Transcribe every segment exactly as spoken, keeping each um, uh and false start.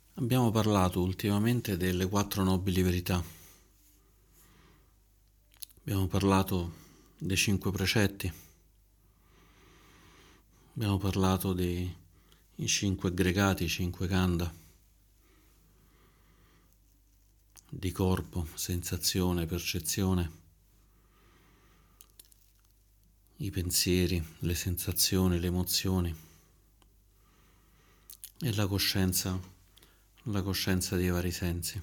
Abbiamo parlato ultimamente delle quattro nobili verità. Abbiamo parlato dei cinque precetti. Abbiamo parlato dei i cinque aggregati, i cinque khandha, di corpo, sensazione, percezione, i pensieri, le sensazioni, le emozioni e la coscienza, la coscienza dei vari sensi.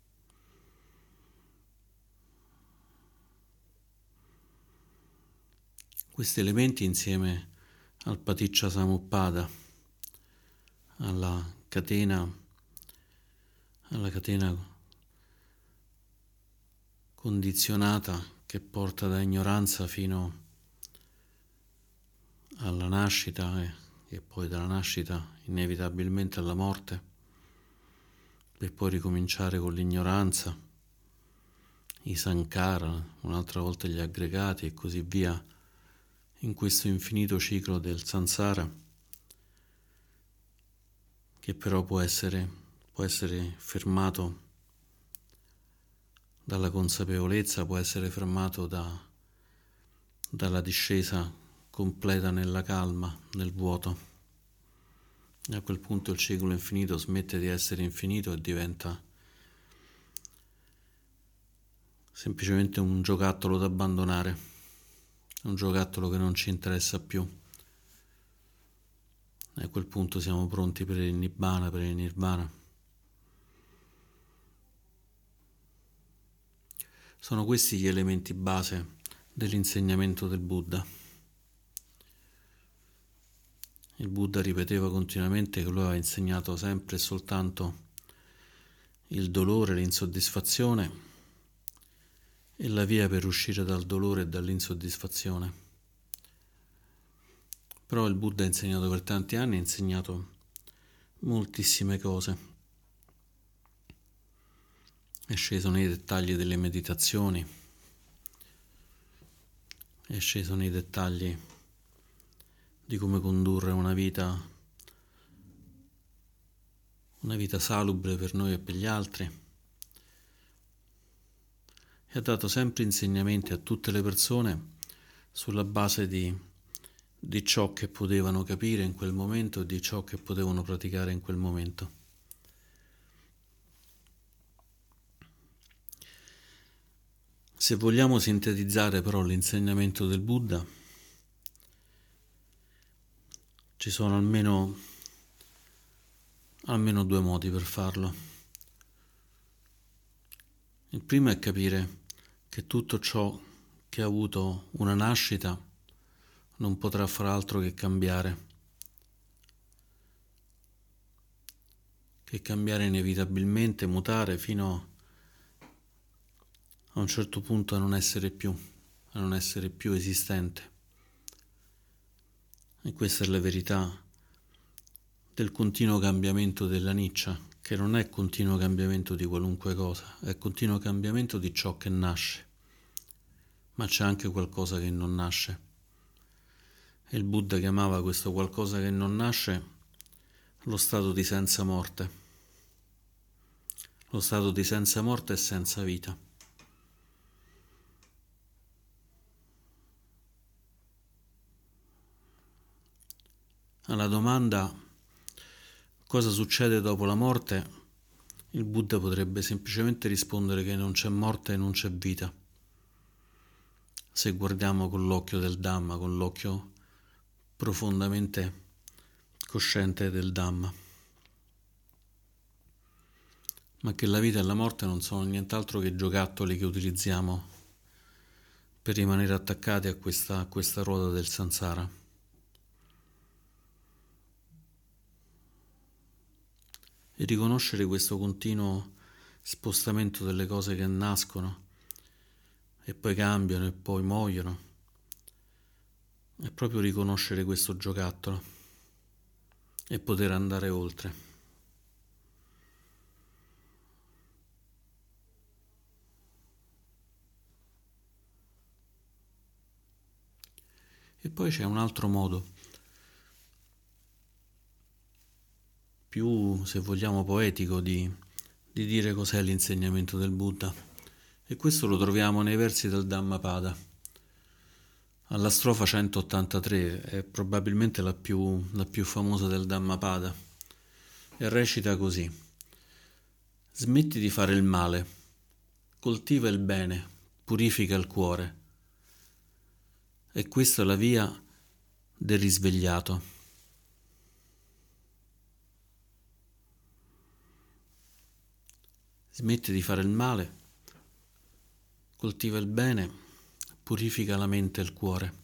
Questi elementi insieme al Paticca Samuppada, alla catena, alla catena condizionata che porta da ignoranza fino alla nascita e, e poi dalla nascita inevitabilmente alla morte, per poi ricominciare con l'ignoranza, i sankhara, un'altra volta gli aggregati e così via, in questo infinito ciclo del samsara, che però può essere, può essere fermato dalla consapevolezza, può essere fermato da, dalla discesa completa nella calma, nel vuoto. E a quel punto il ciclo infinito smette di essere infinito e diventa semplicemente un giocattolo da abbandonare, un giocattolo che non ci interessa più. E a quel punto siamo pronti per il Nibbana, per il Nirvana. Sono questi gli elementi base dell'insegnamento del Buddha. Il Buddha ripeteva continuamente che lui aveva insegnato sempre e soltanto il dolore, l'insoddisfazione e la via per uscire dal dolore e dall'insoddisfazione. Però il Buddha ha insegnato per tanti anni, ha insegnato moltissime cose. È sceso nei dettagli delle meditazioni, è sceso nei dettagli di come condurre una vita, una vita salubre per noi e per gli altri. E ha dato sempre insegnamenti a tutte le persone sulla base di, di ciò che potevano capire in quel momento e di ciò che potevano praticare in quel momento. Se vogliamo sintetizzare però l'insegnamento del Buddha, ci sono almeno, almeno due modi per farlo. Il primo è capire che tutto ciò che ha avuto una nascita non potrà far altro che cambiare, che cambiare inevitabilmente, mutare fino a un certo punto a non essere più, a non essere più esistente. E questa è la verità del continuo cambiamento dell'anicca, che non è continuo cambiamento di qualunque cosa, è continuo cambiamento di ciò che nasce, ma c'è anche qualcosa che non nasce. E il Buddha chiamava questo qualcosa che non nasce lo stato di senza morte. Lo stato di senza morte e senza vita. Alla domanda cosa succede dopo la morte, il Buddha potrebbe semplicemente rispondere che non c'è morte e non c'è vita. Se guardiamo con l'occhio del Dhamma, con l'occhio profondamente cosciente del Dhamma. Ma che la vita e la morte non sono nient'altro che giocattoli che utilizziamo per rimanere attaccati a questa, a questa ruota del samsara. E riconoscere questo continuo spostamento delle cose che nascono e poi cambiano e poi muoiono è proprio riconoscere questo giocattolo e poter andare oltre. E poi c'è un altro modo più, se vogliamo, poetico di, di dire cos'è l'insegnamento del Buddha. E questo lo troviamo nei versi del Dhammapada. Alla strofa centottantatré, è probabilmente la più, la più famosa del Dhammapada, e recita così: smetti di fare il male, coltiva il bene, purifica il cuore. E questa è la via del risvegliato. Smetti di fare il male, coltiva il bene, purifica la mente e il cuore.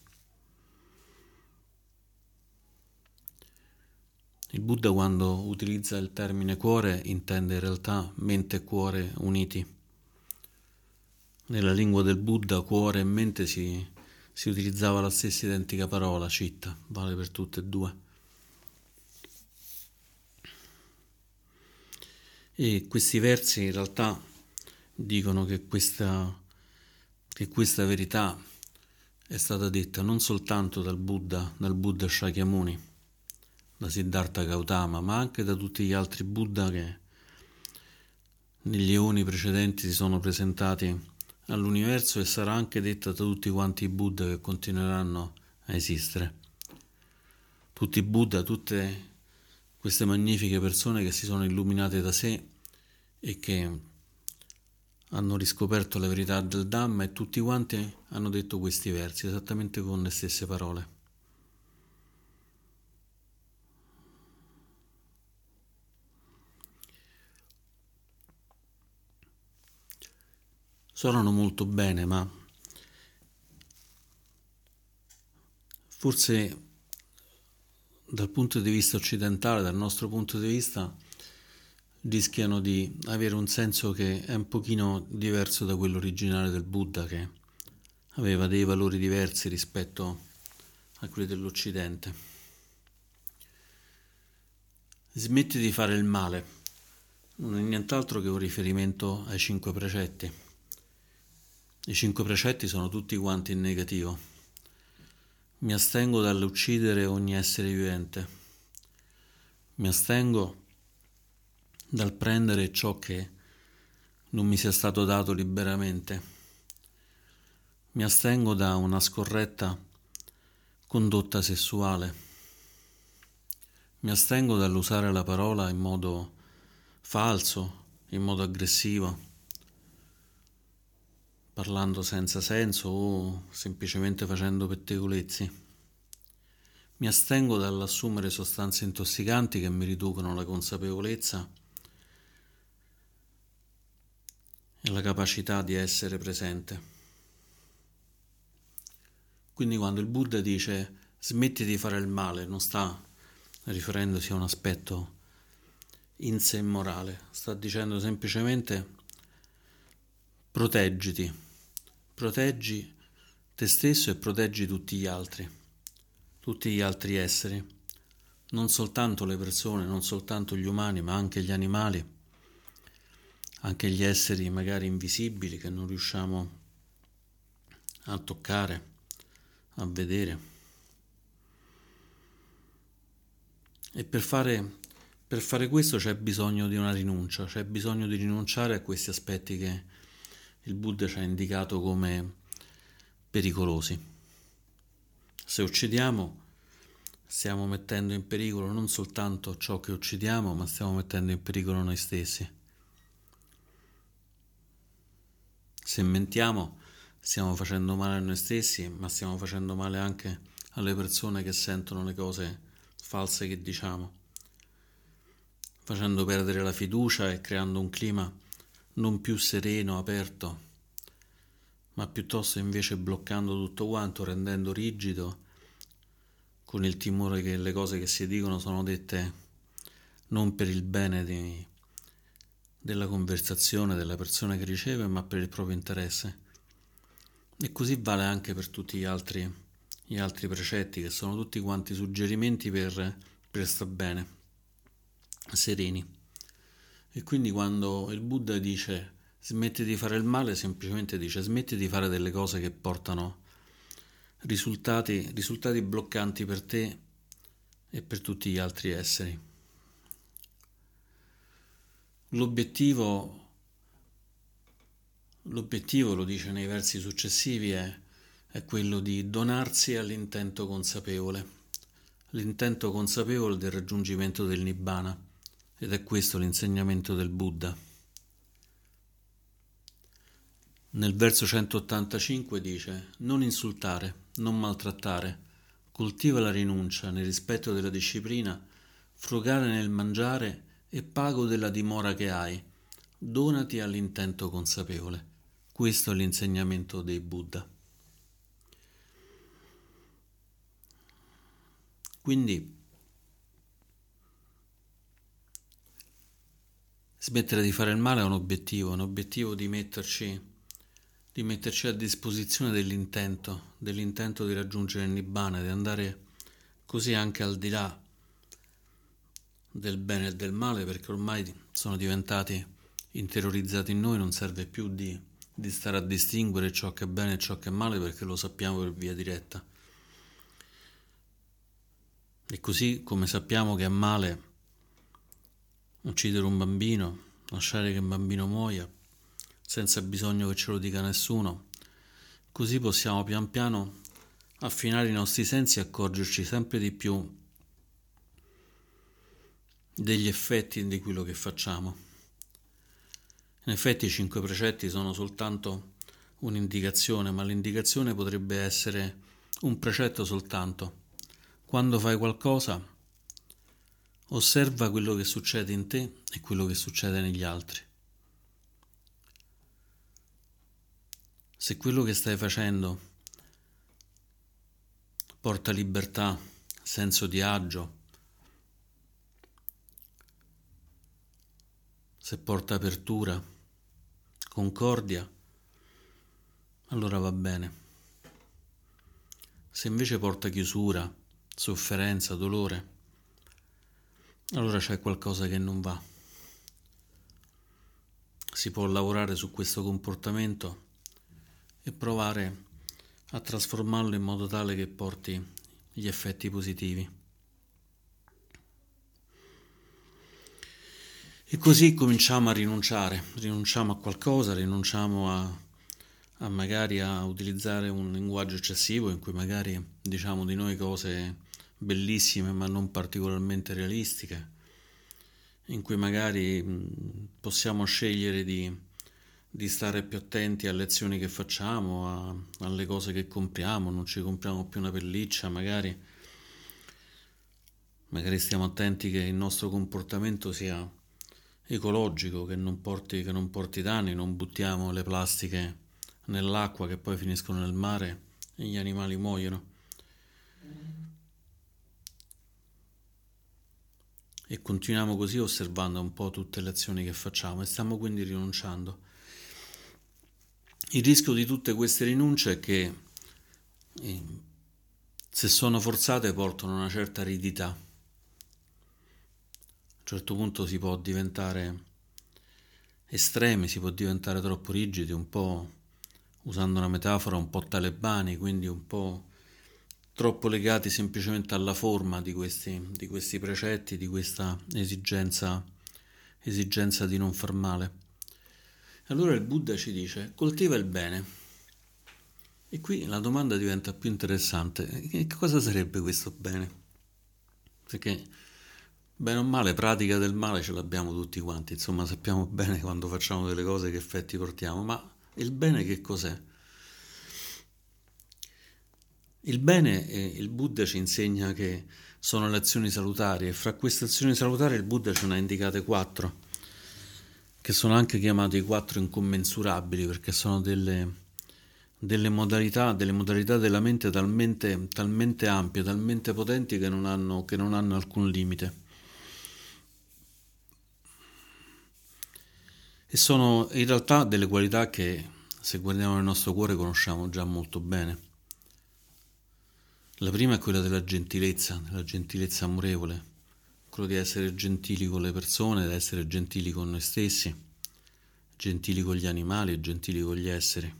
Il Buddha, quando utilizza il termine cuore, intende in realtà mente e cuore uniti. Nella lingua del Buddha cuore e mente si, si utilizzava la stessa identica parola, citta, vale per tutte e due. E questi versi in realtà dicono che questa, che questa verità è stata detta non soltanto dal Buddha, dal Buddha Shakyamuni, da Siddhartha Gautama, ma anche da tutti gli altri Buddha che negli eoni precedenti si sono presentati all'universo, e sarà anche detta da tutti quanti i Buddha che continueranno a esistere. Tutti i Buddha, tutte queste magnifiche persone che si sono illuminate da sé e che hanno riscoperto la verità del Dhamma, e tutti quanti hanno detto questi versi esattamente con le stesse parole. Suonano molto bene, ma forse dal punto di vista occidentale, dal nostro punto di vista, rischiano di avere un senso che è un pochino diverso da quello originale del Buddha, che aveva dei valori diversi rispetto a quelli dell'Occidente. Smetti di fare il male non è nient'altro che un riferimento ai cinque precetti. I cinque precetti sono tutti quanti in negativo. Mi astengo dall'uccidere ogni essere vivente. Mi astengo dal prendere ciò che non mi sia stato dato liberamente. Mi astengo da una scorretta condotta sessuale. Mi astengo dall'usare la parola in modo falso, in modo aggressivo, parlando senza senso o semplicemente facendo pettegolezzi. Mi astengo dall'assumere sostanze intossicanti che mi riducono la consapevolezza e la capacità di essere presente. Quindi quando il Buddha dice smetti di fare il male, non sta riferendosi a un aspetto in sé morale, sta dicendo semplicemente proteggiti, proteggi te stesso e proteggi tutti gli altri, tutti gli altri esseri, non soltanto le persone, non soltanto gli umani, ma anche gli animali, anche gli esseri magari invisibili che non riusciamo a toccare, a vedere. E per fare, per fare questo c'è bisogno di una rinuncia, c'è bisogno di rinunciare a questi aspetti che il Buddha ci ha indicato come pericolosi. Se uccidiamo, stiamo mettendo in pericolo non soltanto ciò che uccidiamo, ma stiamo mettendo in pericolo noi stessi. Se mentiamo, stiamo facendo male a noi stessi, ma stiamo facendo male anche alle persone che sentono le cose false che diciamo, facendo perdere la fiducia e creando un clima non più sereno, aperto, ma piuttosto invece bloccando tutto quanto, rendendo rigido, con il timore che le cose che si dicono sono dette non per il bene di, della conversazione, della persona che riceve, ma per il proprio interesse. E così vale anche per tutti gli altri, gli altri precetti, che sono tutti quanti suggerimenti per, per star bene, sereni. E quindi quando il Buddha dice smetti di fare il male, semplicemente dice smetti di fare delle cose che portano risultati, risultati bloccanti per te e per tutti gli altri esseri. L'obiettivo, l'obiettivo, lo dice nei versi successivi, è, è quello di donarsi all'intento consapevole, l'intento consapevole del raggiungimento del Nibbana, ed è questo l'insegnamento del Buddha. Nel verso centottantacinque dice: non insultare, non maltrattare, coltiva la rinuncia nel rispetto della disciplina, frugare nel mangiare e pago della dimora che hai, donati all'intento consapevole. Questo è l'insegnamento dei Buddha. Quindi smettere di fare il male è un obiettivo, un obiettivo di metterci di metterci a disposizione dell'intento, dell'intento di raggiungere il Nibbana, di andare così anche al di là del bene e del male, perché ormai sono diventati interiorizzati in noi, non serve più di, di stare a distinguere ciò che è bene e ciò che è male, perché lo sappiamo per via diretta. E così come sappiamo che è male uccidere un bambino, lasciare che un bambino muoia, senza bisogno che ce lo dica nessuno, così possiamo pian piano affinare i nostri sensi e accorgerci sempre di più degli effetti di quello che facciamo. In effetti i cinque precetti sono soltanto un'indicazione, ma l'indicazione potrebbe essere un precetto soltanto. Quando fai qualcosa, osserva quello che succede in te e quello che succede negli altri. Se quello che stai facendo porta libertà, senso di agio, se porta apertura, concordia, allora va bene. Se invece porta chiusura, sofferenza, dolore, allora c'è qualcosa che non va. Si può lavorare su questo comportamento e provare a trasformarlo in modo tale che porti gli effetti positivi. E così cominciamo a rinunciare, rinunciamo a qualcosa, rinunciamo a, a magari a utilizzare un linguaggio eccessivo in cui magari diciamo di noi cose bellissime ma non particolarmente realistiche, in cui magari mh, possiamo scegliere di di stare più attenti alle azioni che facciamo, a, alle cose che compriamo, non ci compriamo più una pelliccia, magari, magari stiamo attenti che il nostro comportamento sia ecologico, che non porti, che non porti danni, non buttiamo le plastiche nell'acqua che poi finiscono nel mare e gli animali muoiono. E continuiamo così osservando un po' tutte le azioni che facciamo e stiamo quindi rinunciando. Il rischio di tutte queste rinunce è che, eh, se sono forzate, portano a una certa aridità. A un certo punto si può diventare estremi, si può diventare troppo rigidi, un po', usando una metafora, un po' talebani, quindi un po' troppo legati semplicemente alla forma di questi, di questi precetti, di questa esigenza, esigenza di non far male. Allora il Buddha ci dice: coltiva il bene. E qui la domanda diventa più interessante: che cosa sarebbe questo bene? Perché bene o male, pratica del male ce l'abbiamo tutti quanti, insomma sappiamo bene quando facciamo delle cose che effetti portiamo, ma il bene che cos'è? Il bene, eh, il Buddha ci insegna che sono le azioni salutari, e fra queste azioni salutari il Buddha ce ne ha indicate quattro, che sono anche chiamati i quattro incommensurabili, perché sono delle, delle modalità, delle modalità della mente talmente, talmente ampie, talmente potenti che non hanno, che non hanno alcun limite. E sono in realtà delle qualità che, se guardiamo nel nostro cuore, conosciamo già molto bene. La prima è quella della gentilezza, della gentilezza amorevole, quello di essere gentili con le persone, di essere gentili con noi stessi, gentili con gli animali e gentili con gli esseri.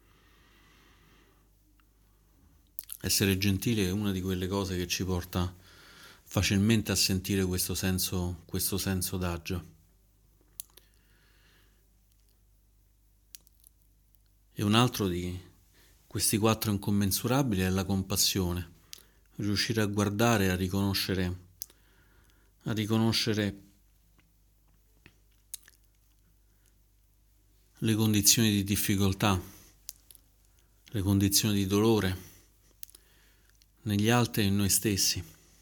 Essere gentili è una di quelle cose che ci porta facilmente a sentire questo senso, questo senso d'agio. E un altro di questi quattro incommensurabili è la compassione, riuscire a guardare, a riconoscere, a riconoscere le condizioni di difficoltà, le condizioni di dolore negli altri e in noi stessi.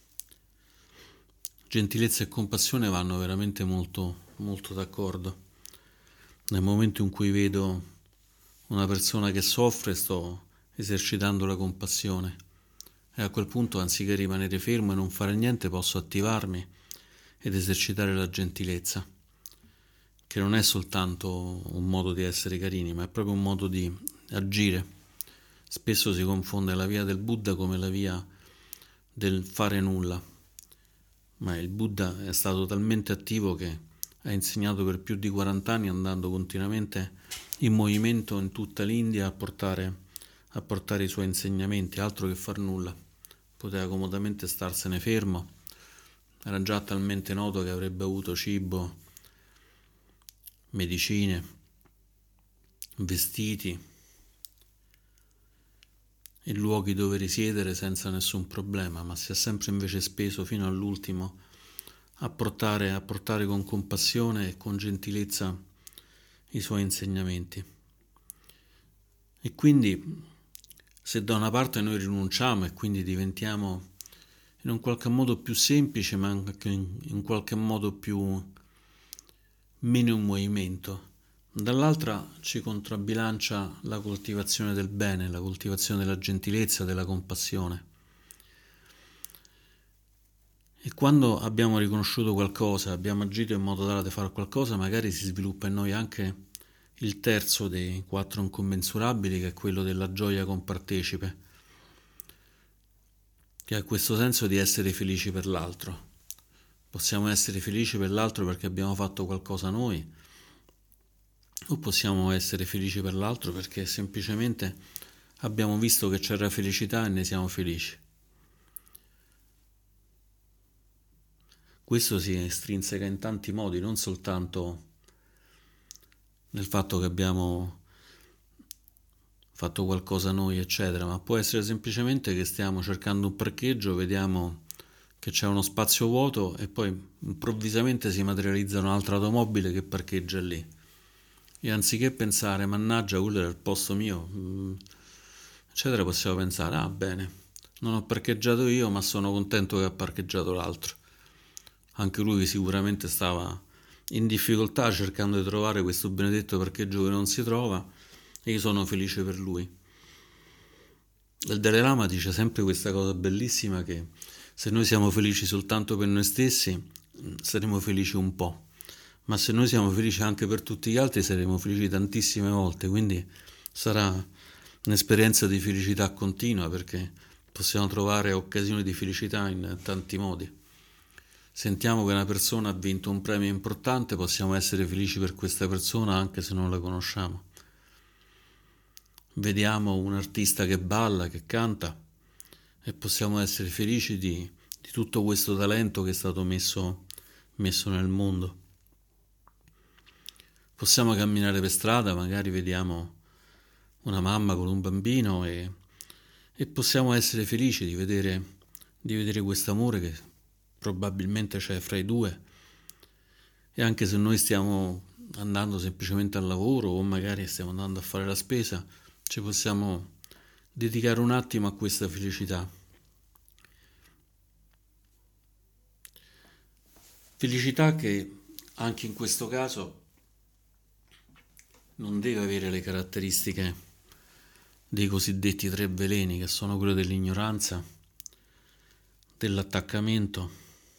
Gentilezza e compassione vanno veramente molto, molto d'accordo. Nel momento in cui vedo una persona che soffre, sto esercitando la compassione e a quel punto, anziché rimanere fermo e non fare niente, posso attivarmi ed esercitare la gentilezza, che non è soltanto un modo di essere carini, ma è proprio un modo di agire. Spesso si confonde la via del Buddha come la via del fare nulla, ma il Buddha è stato talmente attivo che ha insegnato per più di quaranta anni, andando continuamente in movimento in tutta l'India a portare, a portare i suoi insegnamenti, altro che far nulla. Poteva comodamente starsene fermo, era già talmente noto che avrebbe avuto cibo, medicine, vestiti e luoghi dove risiedere senza nessun problema, ma si è sempre invece speso fino all'ultimo a portare, a portare con compassione e con gentilezza i suoi insegnamenti. E quindi, se da una parte noi rinunciamo e quindi diventiamo in un qualche modo più semplici, ma anche in, in qualche modo più meno in movimento, dall'altra ci controbilancia la coltivazione del bene, la coltivazione della gentilezza, della compassione. E quando abbiamo riconosciuto qualcosa, abbiamo agito in modo tale da fare qualcosa, magari si sviluppa in noi anche il terzo dei quattro incommensurabili, che è quello della gioia compartecipe, che ha questo senso di essere felici per l'altro. Possiamo essere felici per l'altro perché abbiamo fatto qualcosa noi, o possiamo essere felici per l'altro perché semplicemente abbiamo visto che c'era felicità e ne siamo felici. Questo si estrinseca in tanti modi, non soltanto nel fatto che abbiamo fatto qualcosa noi, eccetera, ma può essere semplicemente che stiamo cercando un parcheggio, vediamo che c'è uno spazio vuoto e poi improvvisamente si materializza un'altra automobile che parcheggia lì. E anziché pensare, mannaggia, quello era il posto mio, eccetera, possiamo pensare, ah bene, non ho parcheggiato io, ma sono contento che ha parcheggiato l'altro. Anche lui sicuramente stava in difficoltà cercando di trovare questo benedetto parcheggio che non si trova, e io sono felice per lui. Il Dalai Lama dice sempre questa cosa bellissima, che se noi siamo felici soltanto per noi stessi, saremo felici un po', ma se noi siamo felici anche per tutti gli altri, saremo felici tantissime volte, quindi sarà un'esperienza di felicità continua, perché possiamo trovare occasioni di felicità in tanti modi. Sentiamo che una persona ha vinto un premio importante, possiamo essere felici per questa persona anche se non la conosciamo. Vediamo un artista che balla, che canta, e possiamo essere felici di, di tutto questo talento che è stato messo, messo nel mondo. Possiamo camminare per strada, magari vediamo una mamma con un bambino e, e possiamo essere felici di vedere, di vedere questo amore che probabilmente c'è fra i due, e anche se noi stiamo andando semplicemente al lavoro o magari stiamo andando a fare la spesa, ci possiamo dedicare un attimo a questa felicità. Felicità che anche in questo caso non deve avere le caratteristiche dei cosiddetti tre veleni, che sono quello dell'ignoranza, dell'attaccamento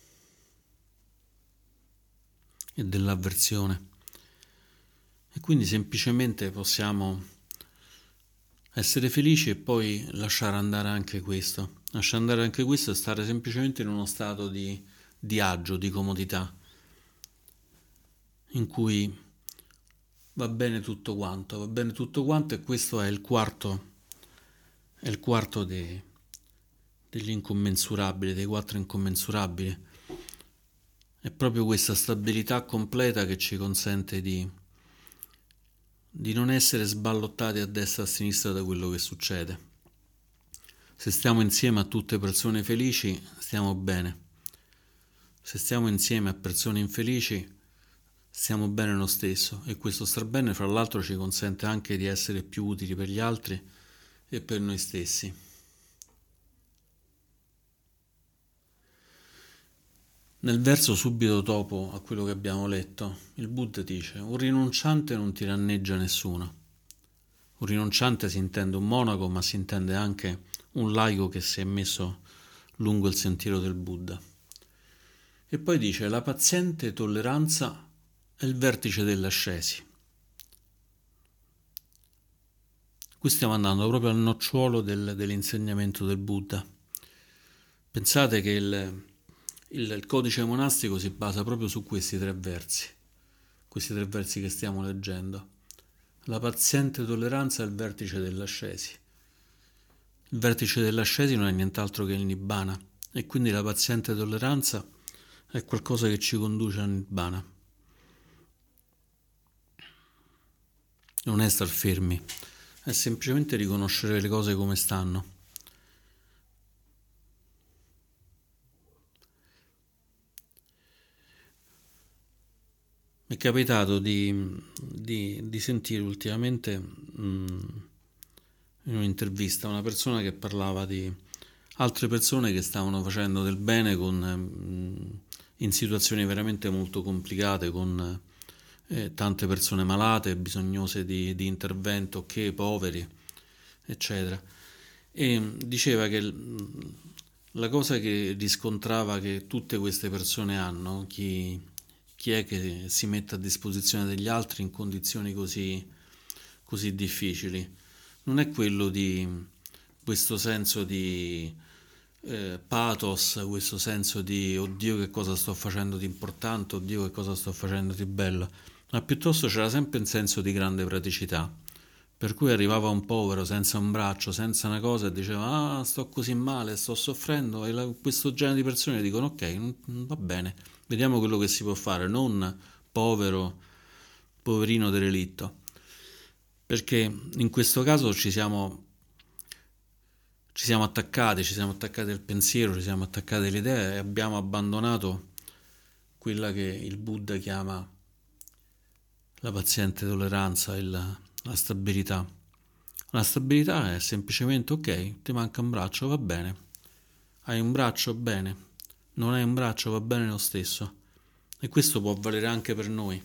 e dell'avversione. E quindi semplicemente possiamo essere felici e poi lasciare andare anche questo. Lasciare andare anche questo e stare semplicemente in uno stato di, di agio, di comodità, in cui va bene tutto quanto, va bene tutto quanto, e questo è il quarto, è il quarto dei, degli incommensurabili, dei quattro incommensurabili. È proprio questa stabilità completa che ci consente di, di non essere sballottati a destra e a sinistra da quello che succede. Se stiamo insieme a tutte persone felici, stiamo bene. Se stiamo insieme a persone infelici, stiamo bene lo stesso, e questo star bene, fra l'altro, ci consente anche di essere più utili per gli altri e per noi stessi. Nel verso subito dopo a quello che abbiamo letto, il Buddha dice: un rinunciante non tiranneggia nessuno. Un rinunciante si intende un monaco, ma si intende anche un laico che si è messo lungo il sentiero del Buddha. E poi dice: la paziente tolleranza è il vertice dell'ascesi. Qui stiamo andando proprio al nocciuolo del, dell'insegnamento del Buddha. Pensate che il, il, il codice monastico si basa proprio su questi tre versi, questi tre versi che stiamo leggendo. La paziente tolleranza è il vertice dell'ascesi. Il vertice dell'ascesi non è nient'altro che il Nibbana, e quindi la paziente tolleranza è qualcosa che ci conduce al Nibbana. Non è star fermi, è semplicemente riconoscere le cose come stanno. Mi è capitato di, di, di sentire ultimamente mh, in un'intervista una persona che parlava di altre persone che stavano facendo del bene con, mh, in situazioni veramente molto complicate, con eh, tante persone malate, bisognose di, di intervento, che poveri, eccetera. E diceva che mh, la cosa che riscontrava che tutte queste persone hanno, chi, chi è che si mette a disposizione degli altri in condizioni così, così difficili, non è quello di questo senso di eh, pathos, questo senso di oddio che cosa sto facendo di importante, oddio che cosa sto facendo di bello, ma piuttosto c'era sempre un senso di grande praticità, per cui arrivava un povero senza un braccio, senza una cosa, e diceva: ah, sto così male, sto soffrendo, e la, questo genere di persone dicono: ok, va bene, vediamo quello che si può fare, non povero, poverino derelitto. Perché in questo caso ci siamo ci siamo attaccati, ci siamo attaccati al pensiero, ci siamo attaccati alle idee e abbiamo abbandonato quella che il Buddha chiama la paziente tolleranza e la, la stabilità. La stabilità è semplicemente: ok, ti manca un braccio, va bene. Hai un braccio, bene. Non hai un braccio, va bene lo stesso. E questo può valere anche per noi.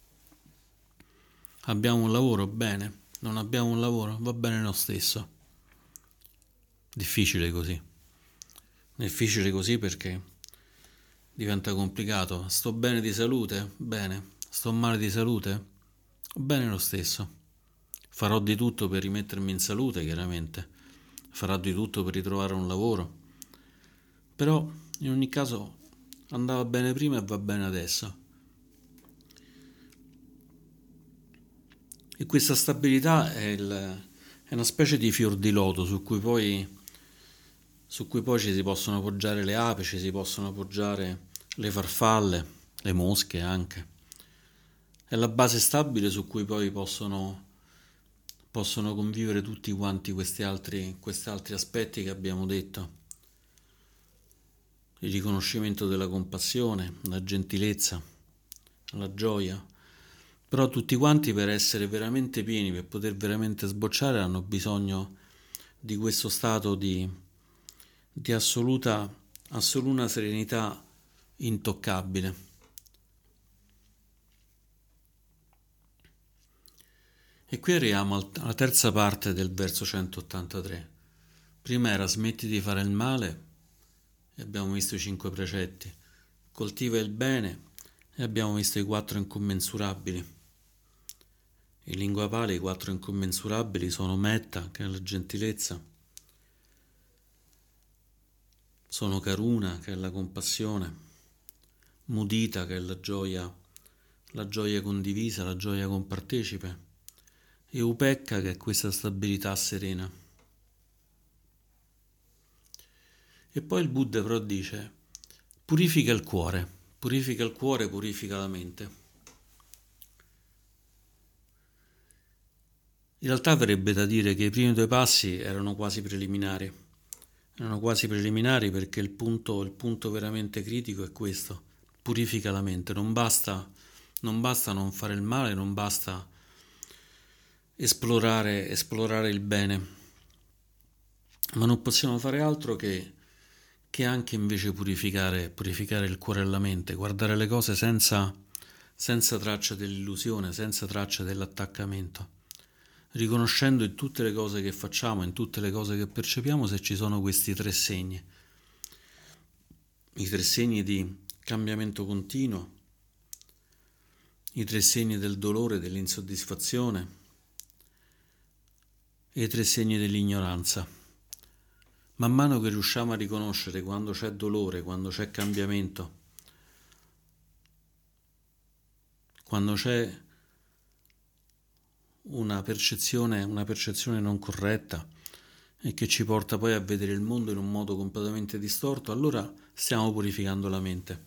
Abbiamo un lavoro, bene. Non abbiamo un lavoro, va bene lo stesso. Difficile così. Difficile così perché diventa complicato. Sto bene di salute? Bene. Sto male di salute? Bene lo stesso. Farò di tutto per rimettermi in salute, chiaramente. Farò di tutto per ritrovare un lavoro. Però, in ogni caso, andava bene prima e va bene adesso. E questa stabilità è, il, è una specie di fior di loto su cui poi, su cui poi ci si possono appoggiare le api, ci si possono appoggiare le farfalle, le mosche anche. È la base stabile su cui poi possono, possono convivere tutti quanti questi altri, questi altri aspetti che abbiamo detto. Il riconoscimento della compassione, la gentilezza, la gioia. Però tutti quanti, per essere veramente pieni, per poter veramente sbocciare, hanno bisogno di questo stato di, di assoluta, assoluta serenità intoccabile. E qui arriviamo alla terza parte del verso centottantatré. Prima era: smetti di fare il male, e abbiamo visto i cinque precetti. Coltiva il bene, e abbiamo visto i quattro incommensurabili. In lingua pali i quattro incommensurabili sono metta, che è la gentilezza, sono karuna, che è la compassione, mudita, che è la gioia, la gioia condivisa, la gioia compartecipe, e upekka, che è questa stabilità serena. E poi il Buddha però dice: purifica il cuore, purifica il cuore, purifica la mente. In realtà verrebbe da dire che i primi due passi erano quasi preliminari, erano quasi preliminari perché il punto, il punto veramente critico è questo: purifica la mente, non basta, non basta non fare il male, non basta esplorare, esplorare il bene, ma non possiamo fare altro che, che anche invece purificare, purificare il cuore e la mente, guardare le cose senza, senza traccia dell'illusione, senza traccia dell'attaccamento, riconoscendo in tutte le cose che facciamo, in tutte le cose che percepiamo, se ci sono questi tre segni, i tre segni di cambiamento continuo, i tre segni del dolore, dell'insoddisfazione e i tre segni dell'ignoranza. Man mano che riusciamo a riconoscere quando c'è dolore, quando c'è cambiamento, quando c'è una percezione, una percezione non corretta e che ci porta poi a vedere il mondo in un modo completamente distorto, allora stiamo purificando la mente.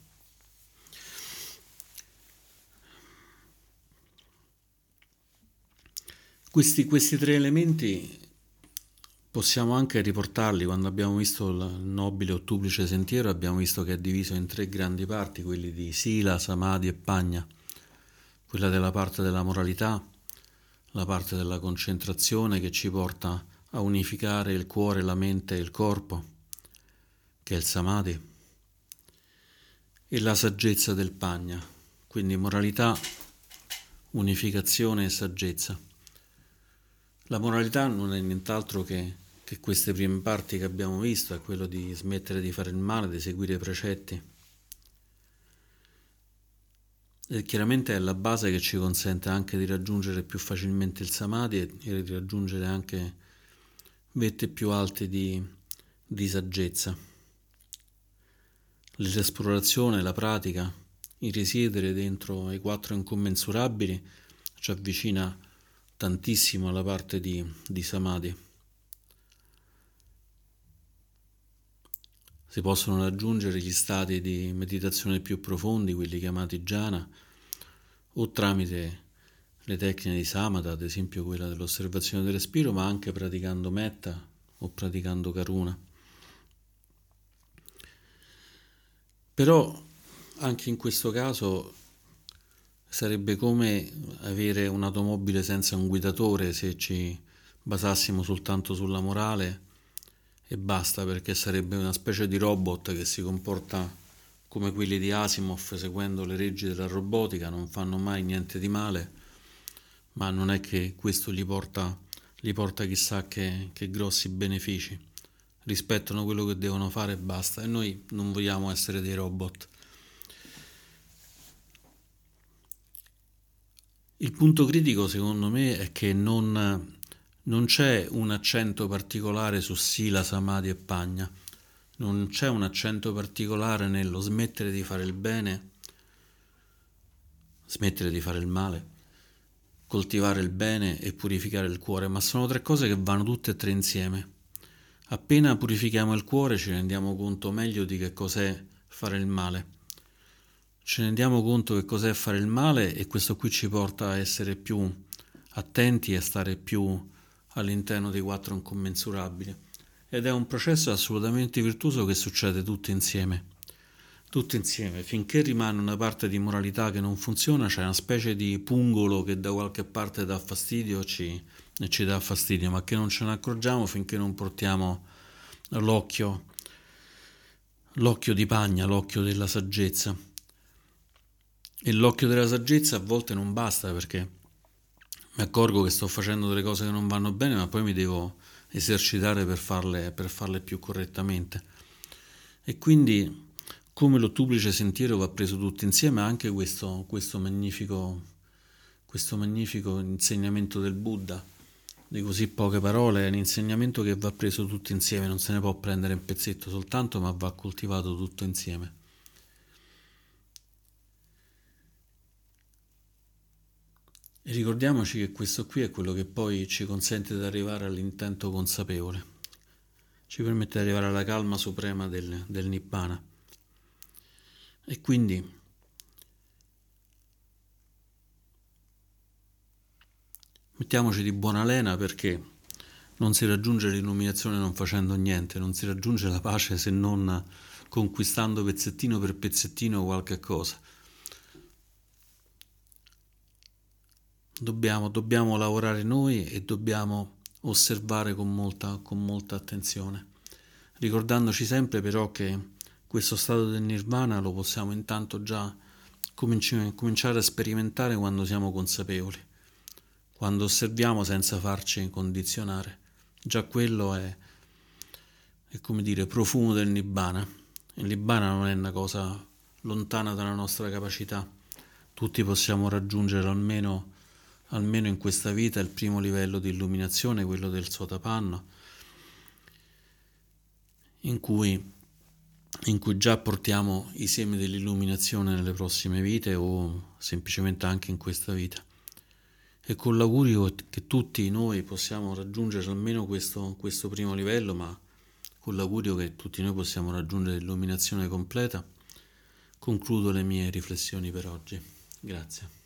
Questi, questi tre elementi possiamo anche riportarli. Quando abbiamo visto il nobile ottuplice sentiero, abbiamo visto che è diviso in tre grandi parti, quelli di Sila, Samadhi e Pagna, quella della parte della moralità, la parte della concentrazione che ci porta a unificare il cuore, la mente e il corpo, che è il Samadhi, e la saggezza del Pagna, quindi moralità, unificazione e saggezza. La moralità non è nient'altro che, che queste prime parti che abbiamo visto, è quello di smettere di fare il male, di seguire i precetti. E chiaramente è la base che ci consente anche di raggiungere più facilmente il Samadhi e, e di raggiungere anche vette più alte di, di saggezza. L'esplorazione, la pratica, il risiedere dentro i quattro incommensurabili ci avvicina tantissimo alla parte di, di Samadhi. Si possono raggiungere gli stati di meditazione più profondi, quelli chiamati jhana, o tramite le tecniche di samatha, ad esempio quella dell'osservazione del respiro, ma anche praticando metta o praticando karuna. Però anche in questo caso sarebbe come avere un'automobile senza un guidatore se ci basassimo soltanto sulla morale e basta, perché sarebbe una specie di robot che si comporta come quelli di Asimov seguendo le leggi della robotica, non fanno mai niente di male, ma non è che questo gli porta, gli porta chissà che, che grossi benefici. Rispettano quello che devono fare e basta, e noi non vogliamo essere dei robot. Il punto critico secondo me è che non, non c'è un accento particolare su Sila, Samadhi e Pagna, non c'è un accento particolare nello smettere di fare il bene, smettere di fare il male, coltivare il bene e purificare il cuore, ma sono tre cose che vanno tutte e tre insieme. Appena purifichiamo il cuore ci rendiamo conto meglio di che cos'è fare il male. Ci rendiamo conto che cos'è fare il male e questo qui ci porta a essere più attenti e a stare più all'interno dei quattro incommensurabili. Ed è un processo assolutamente virtuoso che succede tutto insieme. Tutto insieme. Finché rimane una parte di moralità che non funziona, c'è una specie di pungolo che da qualche parte dà fastidio ci, e ci dà fastidio, ma che non ce ne accorgiamo finché non portiamo l'occhio, l'occhio di Pagna, l'occhio della saggezza. E l'occhio della saggezza a volte non basta, perché mi accorgo che sto facendo delle cose che non vanno bene, ma poi mi devo esercitare per farle, per farle più correttamente. E quindi, come l'ottuplice sentiero va preso tutto insieme, anche questo, questo magnifico, questo magnifico insegnamento del Buddha, di così poche parole, è un insegnamento che va preso tutto insieme, non se ne può prendere un pezzetto soltanto, ma va coltivato tutto insieme. E ricordiamoci che questo qui è quello che poi ci consente di arrivare all'intento consapevole, ci permette di arrivare alla calma suprema del, del Nibbana. E quindi Mettiamoci di buona lena, perché non si raggiunge l'illuminazione non facendo niente, non si raggiunge la pace se non conquistando pezzettino per pezzettino qualche cosa. Dobbiamo, dobbiamo lavorare noi e dobbiamo osservare con molta, con molta attenzione, ricordandoci sempre però che questo stato del nirvana lo possiamo intanto già cominci- cominciare a sperimentare quando siamo consapevoli, quando osserviamo senza farci condizionare. Già quello è, è come dire, profumo del nibbana. Il nibbana non è una cosa lontana dalla nostra capacità. Tutti possiamo raggiungere almeno, almeno in questa vita il primo livello di illuminazione, quello del Sotapanna, in cui, in cui già portiamo i semi dell'illuminazione nelle prossime vite o semplicemente anche in questa vita. E con l'augurio che tutti noi possiamo raggiungere almeno questo, questo primo livello, ma con l'augurio che tutti noi possiamo raggiungere l'illuminazione completa, concludo le mie riflessioni per oggi. Grazie.